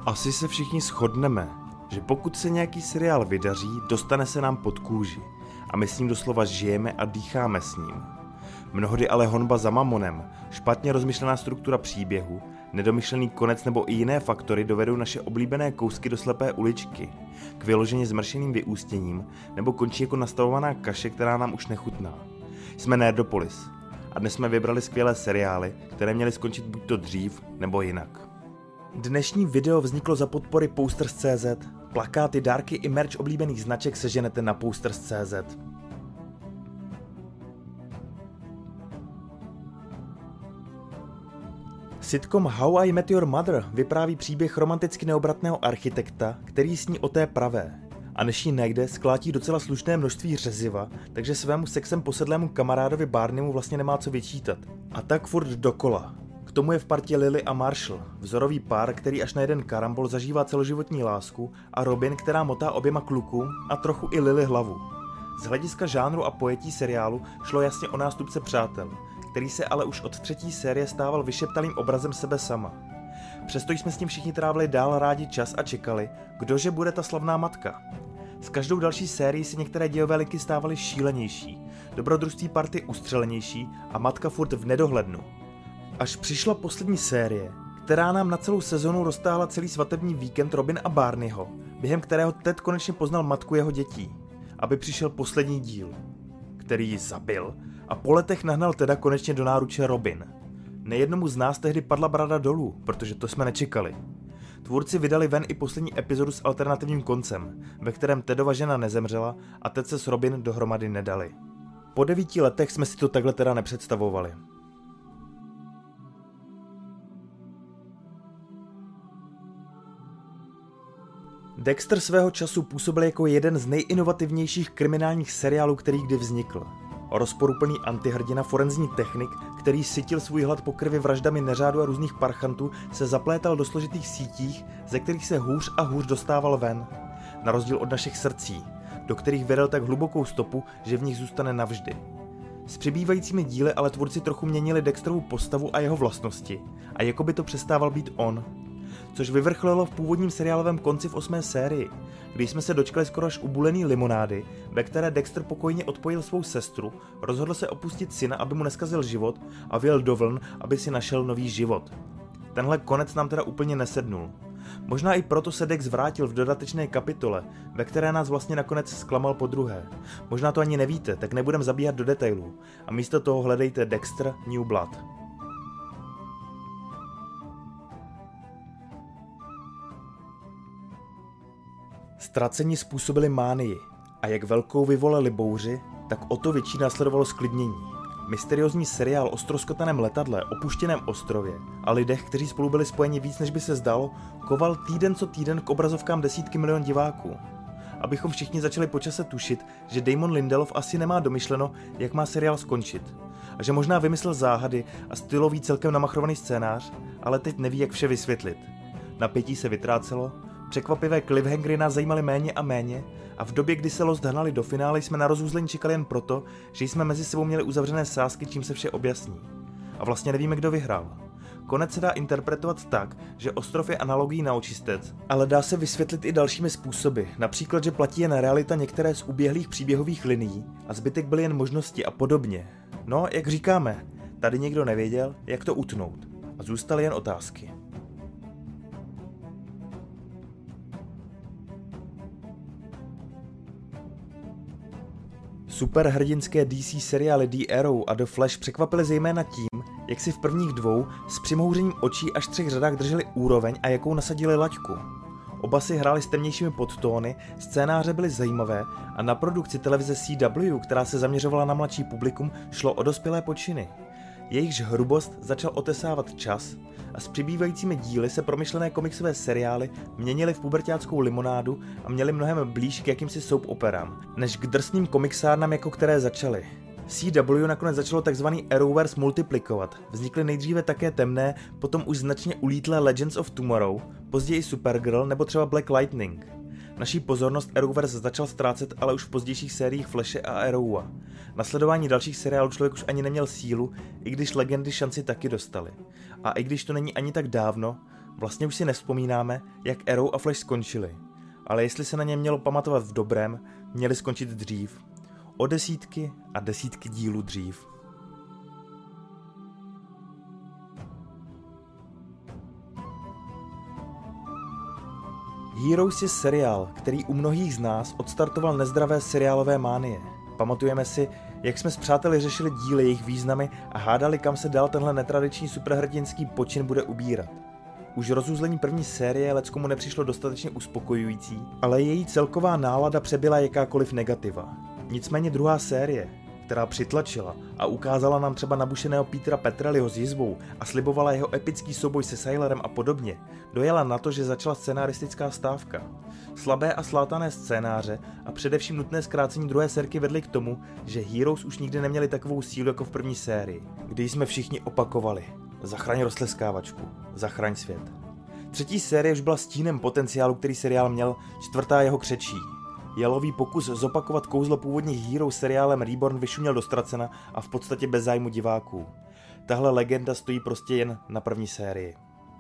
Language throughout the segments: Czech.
Asi se všichni shodneme, že pokud se nějaký seriál vydaří, dostane se nám pod kůži a my s ním doslova žijeme a dýcháme s ním. Mnohdy ale honba za mamonem, špatně rozmyšlená struktura příběhu, nedomyšlený konec nebo i jiné faktory dovedou naše oblíbené kousky do slepé uličky, k vyloženě zmršeným vyústěním nebo končí jako nastavovaná kaše, která nám už nechutná. Jsme Nerdopolis a dnes jsme vybrali skvělé seriály, které měly skončit buď to dřív nebo jinak. Dnešní video vzniklo za podpory Posters.cz. Plakáty, dárky i merch oblíbených značek seženete na Posters.cz. Sitcom How I Met Your Mother vypráví příběh romanticky neobratného architekta, který sní o té pravé. A než ji najde, sklátí docela slušné množství řeziva, takže svému sexem posedlému kamarádovi Barneymu vlastně nemá co vyčítat. A tak furt dokola. K tomu je v partě Lily a Marshall, vzorový pár, který až na jeden karambol zažívá celoživotní lásku, a Robin, která motá oběma klukům a trochu i Lily hlavu. Z hlediska žánru a pojetí seriálu šlo jasně o nástupce Přátel, který se ale už od třetí série stával vyšeptalým obrazem sebe sama. Přesto jsme s ním všichni trávili dál rádi čas a čekali, kdože bude ta slavná matka. S každou další sérií se některé dějové linky stávaly šílenější, dobrodružství party ustřelenější a matka furt v nedohlednu. Až přišla poslední série, která nám na celou sezonu roztáhla celý svatební víkend Robin a Barneyho, během kterého Ted konečně poznal matku jeho dětí, aby přišel poslední díl, který ji zabil a po letech nahnal Teda konečně do náruče Robin. Nejednomu z nás tehdy padla brada dolů, protože to jsme nečekali. Tvůrci vydali ven i poslední epizodu s alternativním koncem, ve kterém Tedova žena nezemřela a Ted se s Robin dohromady nedali. Po 9 letech jsme si to takhle teda nepředstavovali. Dexter svého času působil jako jeden z nejinovativnějších kriminálních seriálů, který kdy vznikl. Rozporuplný antihrdina, forenzní technik, který sytil svůj hlad po krvi vraždami neřádu a různých parchantů, se zaplétal do složitých sítích, ze kterých se hůř a hůř dostával ven. Na rozdíl od našich srdcí, do kterých vedl tak hlubokou stopu, že v nich zůstane navždy. S přibývajícími díly ale tvůrci trochu měnili Dexterovu postavu a jeho vlastnosti, a jako by to přestával být on. Což vyvrcholilo v původním seriálovém konci v 8. sérii, kdy jsme se dočkali skoro až ubulený limonády, ve které Dexter pokojně odpojil svou sestru, rozhodl se opustit syna, aby mu neskazil život, a vyjel do vln, aby si našel nový život. Tenhle konec nám teda úplně nesednul. Možná i proto se Dex vrátil v dodatečné kapitole, ve které nás vlastně nakonec zklamal podruhé. Možná to ani nevíte, tak nebudem zabíhat do detailů a místo toho hledejte Dexter New Blood. Ztracení způsobili mánii a jak velkou vyvolali bouři, tak o to větší následovalo sklidnění. Mysteriózní seriál o ztroskotaném letadle, opuštěném ostrově a lidech, kteří spolu byli spojeni víc, než by se zdalo, koval týden co týden k obrazovkám desítky milion diváků. Abychom všichni začali po čase tušit, že Damon Lindelof asi nemá domyšleno, jak má seriál skončit. A že možná vymyslel záhady a stylový celkem namachrovaný scénář, ale teď neví, jak vše vysvětlit. Napětí se vytrácelo, překvapivé cliffhangery nás zajímaly méně a méně a v době, kdy se Lost hnali do finále, jsme na rozuzlení čekali jen proto, že jsme mezi sebou měli uzavřené sázky, čím se vše objasní. A vlastně nevíme, kdo vyhrál. Konec se dá interpretovat tak, že ostrov je analogií na očistec, ale dá se vysvětlit i dalšími způsoby, například, že platí jen realita některé z uběhlých příběhových linií a zbytek byly jen možnosti a podobně. No, jak říkáme, tady někdo nevěděl, jak to utnout a zůstaly jen otázky. Superhrdinské DC seriály The Arrow a The Flash překvapily zejména tím, jak si v prvních 2 s přimhouřením očí až 3 řadách drželi úroveň a jakou nasadili laťku. Oba si hráli s temnějšími podtóny, scénáře byly zajímavé a na produkci televize CW, která se zaměřovala na mladší publikum, šlo o dospělé počiny. Jejichž hrubost začal otesávat čas a s přibývajícími díly se promyšlené komiksové seriály měnily v puberťáckou limonádu a měly mnohem blíž k jakýmsi soap operám, než k drsným komiksárnám, jako které začaly. CW nakonec začalo tzv. Arrowverse multiplikovat. Vznikly nejdříve také temné, potom už značně ulítlé Legends of Tomorrow, později Supergirl nebo třeba Black Lightning. Naší pozornost Arrowverse začal ztrácet ale už v pozdějších sériích Flashe a Arrowa. Na sledování dalších seriálů člověk už ani neměl sílu, i když legendy šanci taky dostaly. A i když to není ani tak dávno, Vlastně už si nevzpomínáme, jak Arrow a Flash skončili, ale jestli se na ně mělo pamatovat v dobrém, měli skončit dřív. O desítky a desítky dílů dřív. Heroes je seriál, který u mnohých z nás odstartoval nezdravé seriálové mánie. Pamatujeme si, jak jsme s přáteli řešili díly, jejich významy a hádali, kam se dál tenhle netradiční superhrdinský počin bude ubírat. Už rozuzlení první série leckomu nepřišlo dostatečně uspokojující, ale její celková nálada přebyla jakákoliv negativa. Nicméně druhá série, která přitlačila a ukázala nám třeba nabušeného Petera Petrelliho s jizvou a slibovala jeho epický souboj se Sylarem a podobně, dojela na to, že začala scenaristická stávka. Slabé a slátané scénáře a především nutné zkrácení druhé sérky vedly k tomu, že Heroes už nikdy neměli takovou sílu jako v první sérii, kdy jsme všichni opakovali: zachraň rozleskávačku, zachraň svět. Třetí série už byla stínem potenciálu, který seriál měl, čtvrtá jeho křečí. Jalový pokus zopakovat kouzlo původních Heroes seriálem Reborn vyšuměl do ztracena a v podstatě bez zájmu diváků. Tahle legenda stojí prostě jen na první sérii.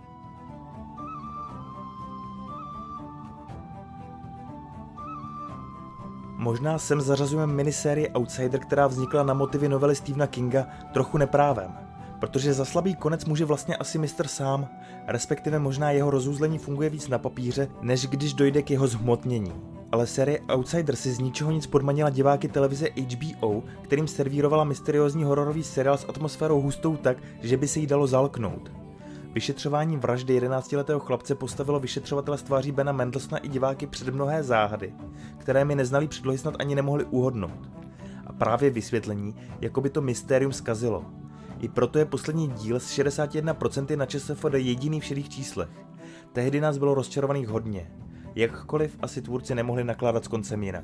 Možná sem zařazujeme minisérii Outsider, která vznikla na motivy novely Stephena Kinga trochu neprávem, protože za slabý konec může vlastně asi mistr sám, respektive možná jeho rozuzlení funguje víc na papíře, než když dojde k jeho zhmotnění. Ale série Outsider si z ničeho nic podmanila diváky televize HBO, kterým servírovala mysteriózní hororový seriál s atmosférou hustou tak, že by se jí dalo zalknout. Vyšetřování vraždy 11letého chlapce postavilo vyšetřovatele z tváří Bena Mendelsona i diváky před mnohé záhady, které mi neznalí předlohy snad ani nemohli uhodnout. A právě vysvětlení, jako by to mystérium zkazilo. I proto je poslední díl s 61% na ČSFD jediný v šedých číslech. Tehdy nás bylo rozčarovaných hodně. Jakkoliv asi tvůrci nemohli nakládat s koncem jinak.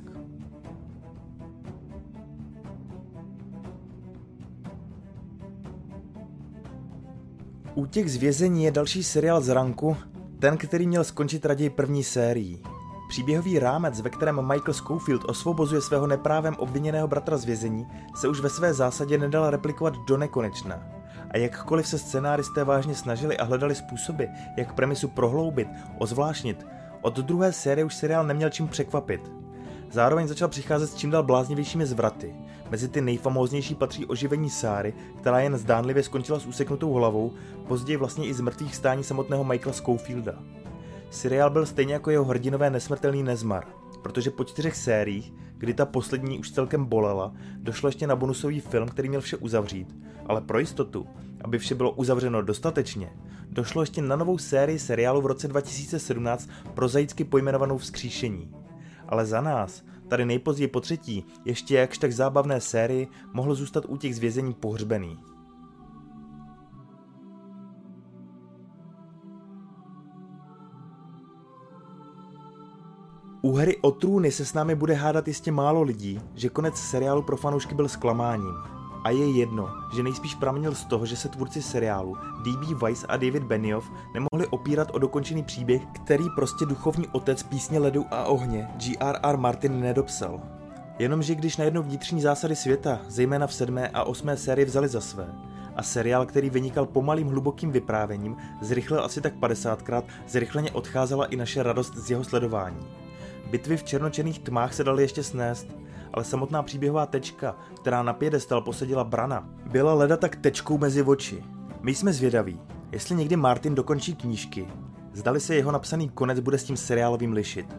Útěk z vězení je další seriál z ranku, ten, který měl skončit raději první sérií. Příběhový rámec, ve kterém Michael Scofield osvobozuje svého neprávem obviněného bratra z vězení, se už ve své zásadě nedal replikovat do nekonečna. A jakkoliv se scenáristé vážně snažili a hledali způsoby, jak premisu prohloubit, ozvláštnit, od druhé série už seriál neměl čím překvapit. Zároveň začal přicházet s čím dál bláznivějšími zvraty. Mezi ty nejfamóznější patří oživení Sáry, která jen zdánlivě skončila s úseknutou hlavou, později vlastně i z mrtvých stání samotného Michaela Scofielda. Seriál byl stejně jako jeho hrdinové nesmrtelný nezmar, protože po 4 sériích, kdy ta poslední už celkem bolela, došlo ještě na bonusový film, který měl vše uzavřít, ale pro jistotu, aby vše bylo uzavřeno dostatečně, došlo ještě na novou sérii seriálu v roce 2017 prozaicky pojmenovanou Vzkříšení. Ale za nás, tady nejpozději po třetí, ještě jakž tak zábavné sérii, mohl zůstat Útěk z vězení pohřbený. U Hry o trůny se s námi bude hádat jistě málo lidí, že konec seriálu pro fanoušky byl zklamáním. A je jedno, že nejspíš pramenil z toho, že se tvůrci seriálu D.B. Weiss a David Benioff nemohli opírat o dokončený příběh, který prostě duchovní otec Písně ledu a ohně G.R.R. Martin nedopsal. Jenomže když najednou vnitřní zásady světa, zejména v 7. a 8. sérii vzali za své, a seriál, který vynikal pomalým hlubokým vyprávěním, zrychlil asi tak 50krát, zrychleně odcházela i naše radost z jeho sledování. Bitvy v černočerných tmách se daly ještě snést, ale samotná příběhová tečka, která na piedestal posadila Brana, byla leda tak tečkou mezi oči. My jsme zvědaví, jestli někdy Martin dokončí knížky, zdali se jeho napsaný konec bude s tím seriálovým lišit.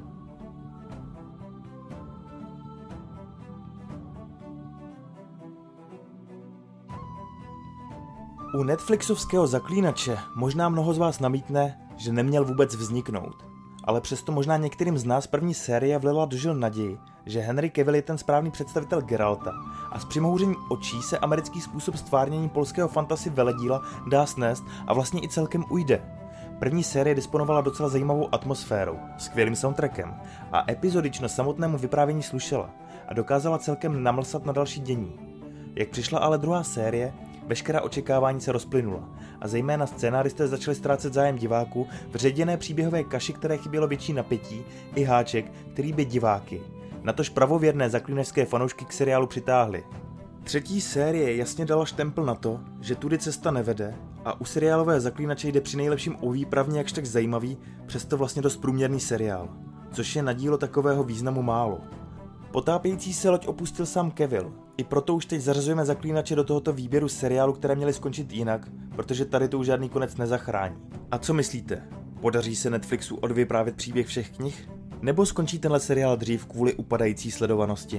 U Netflixovského Zaklínače možná mnoho z vás namítne, že neměl vůbec vzniknout. Ale přesto možná některým z nás první série vlila do žil naději, že Henry Cavill je ten správný představitel Geralta a s přimhouřením očí se americký způsob stvárnění polského fantasy veledíla dá snést a vlastně i celkem ujde. První série disponovala docela zajímavou atmosférou, skvělým soundtrackem a epizodičnost samotnému vyprávění slušela a dokázala celkem namlsat na další dění. Jak přišla ale druhá série, veškerá očekávání se rozplynula a zejména scénáristé začali ztrácet zájem diváků v ředěné příběhové kaši, které chybělo větší napětí, i háček, který by diváky, natož pravověrné zaklínačské fanoušky k seriálu přitáhli. Třetí série jasně dala štempl na to, že tudy cesta nevede A u seriálové Zaklínače jde při nejlepším o výpravně jakž tak zajímavý, přesto vlastně dost průměrný seriál, což je na dílo takového významu málo. Potápějící se loď opustil sám Cavill, i proto už teď zařazujeme Zaklínače do tohoto výběru seriálu, které měly skončit jinak, protože tady to už žádný konec nezachrání. A co myslíte? Podaří se Netflixu odvyprávět příběh všech knih? Nebo skončí tenhle seriál dřív kvůli upadající sledovanosti?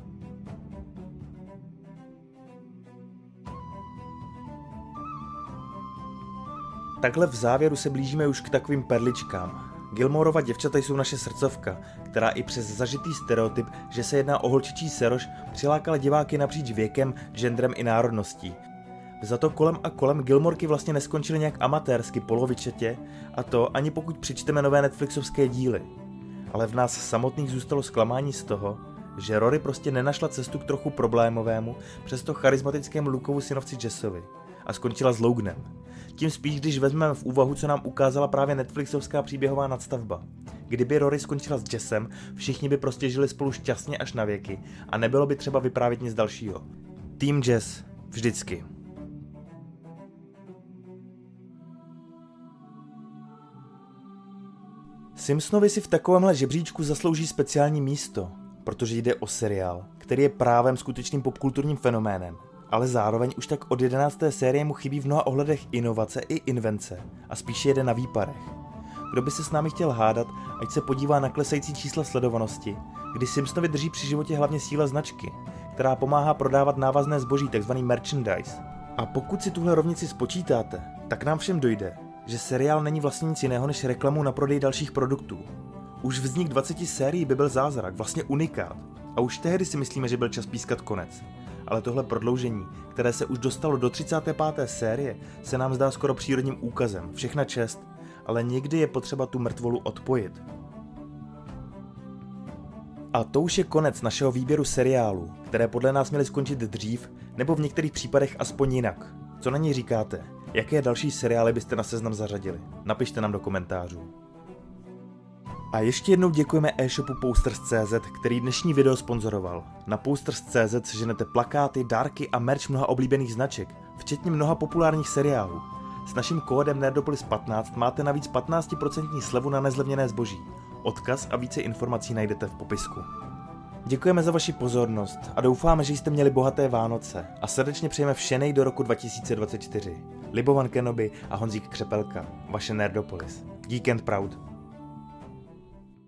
Takhle v závěru se blížíme už k takovým perličkám. Gilmorova děvčata jsou naše srdcovka, která i přes zažitý stereotyp, že se jedná o holčičí seroš, přilákala diváky napříč věkem, genderem i národností. Za to kolem a kolem Gilmorky vlastně neskončily nějak amatérsky, polovičetě, a to ani pokud přečteme nové Netflixovské díly. Ale v nás samotných zůstalo zklamání z toho, že Rory prostě nenašla cestu k trochu problémovému, přesto charismatickému Lukeovu synovci Jessovi a skončila s Loganem. Tím spíš, když vezmeme v úvahu, co nám ukázala právě Netflixovská příběhová nadstavba. Kdyby Rory skončila s Jessem, všichni by prostě žili spolu šťastně až na věky a nebylo by třeba vyprávět nic dalšího. Team Jess, vždycky. Simpsonovi si v takovémhle žebříčku zaslouží speciální místo, protože jde o seriál, který je právem skutečným popkulturním fenoménem, ale zároveň už tak od 11. série mu chybí v mnoha ohledech inovace i invence a spíše jede na výparech. Kdo by se s námi chtěl hádat, ať se podívá na klesající čísla sledovanosti, kdy Simpsonovi drží při životě hlavně síla značky, která pomáhá prodávat návazné zboží, takzvaný merchandise. A pokud si tuhle rovnici spočítáte, tak nám všem dojde, že seriál není vlastně nic jiného než reklamou na prodej dalších produktů. Už vznik 20 sérií by byl zázrak, vlastně unikát. A už tehdy si myslíme, že byl čas pískat konec. Ale tohle prodloužení, které se už dostalo do 35. série, se nám zdá skoro přírodním úkazem, všechna čest, ale někdy je potřeba tu mrtvolu odpojit. A to už je konec našeho výběru seriálů, které podle nás měly skončit dřív, nebo v některých případech aspoň jinak. Co na ní říkáte? Jaké další seriály byste na seznam zařadili? Napište nám do komentářů. A ještě jednou děkujeme e-shopu Posters.cz, který dnešní video sponzoroval. Na Posters.cz seženete plakáty, dárky a merch mnoha oblíbených značek, včetně mnoha populárních seriálů. S naším kódem Nerdopolis15 máte navíc 15% slevu na nezlevněné zboží. Odkaz a více informací najdete v popisku. Děkujeme za vaši pozornost a doufáme, že jste měli bohaté Vánoce a srdečně přejeme vše nej do roku 2024. Libovan Kenobi a Honzík Křepelka, vaše Nerdopolis. Geek and Proud.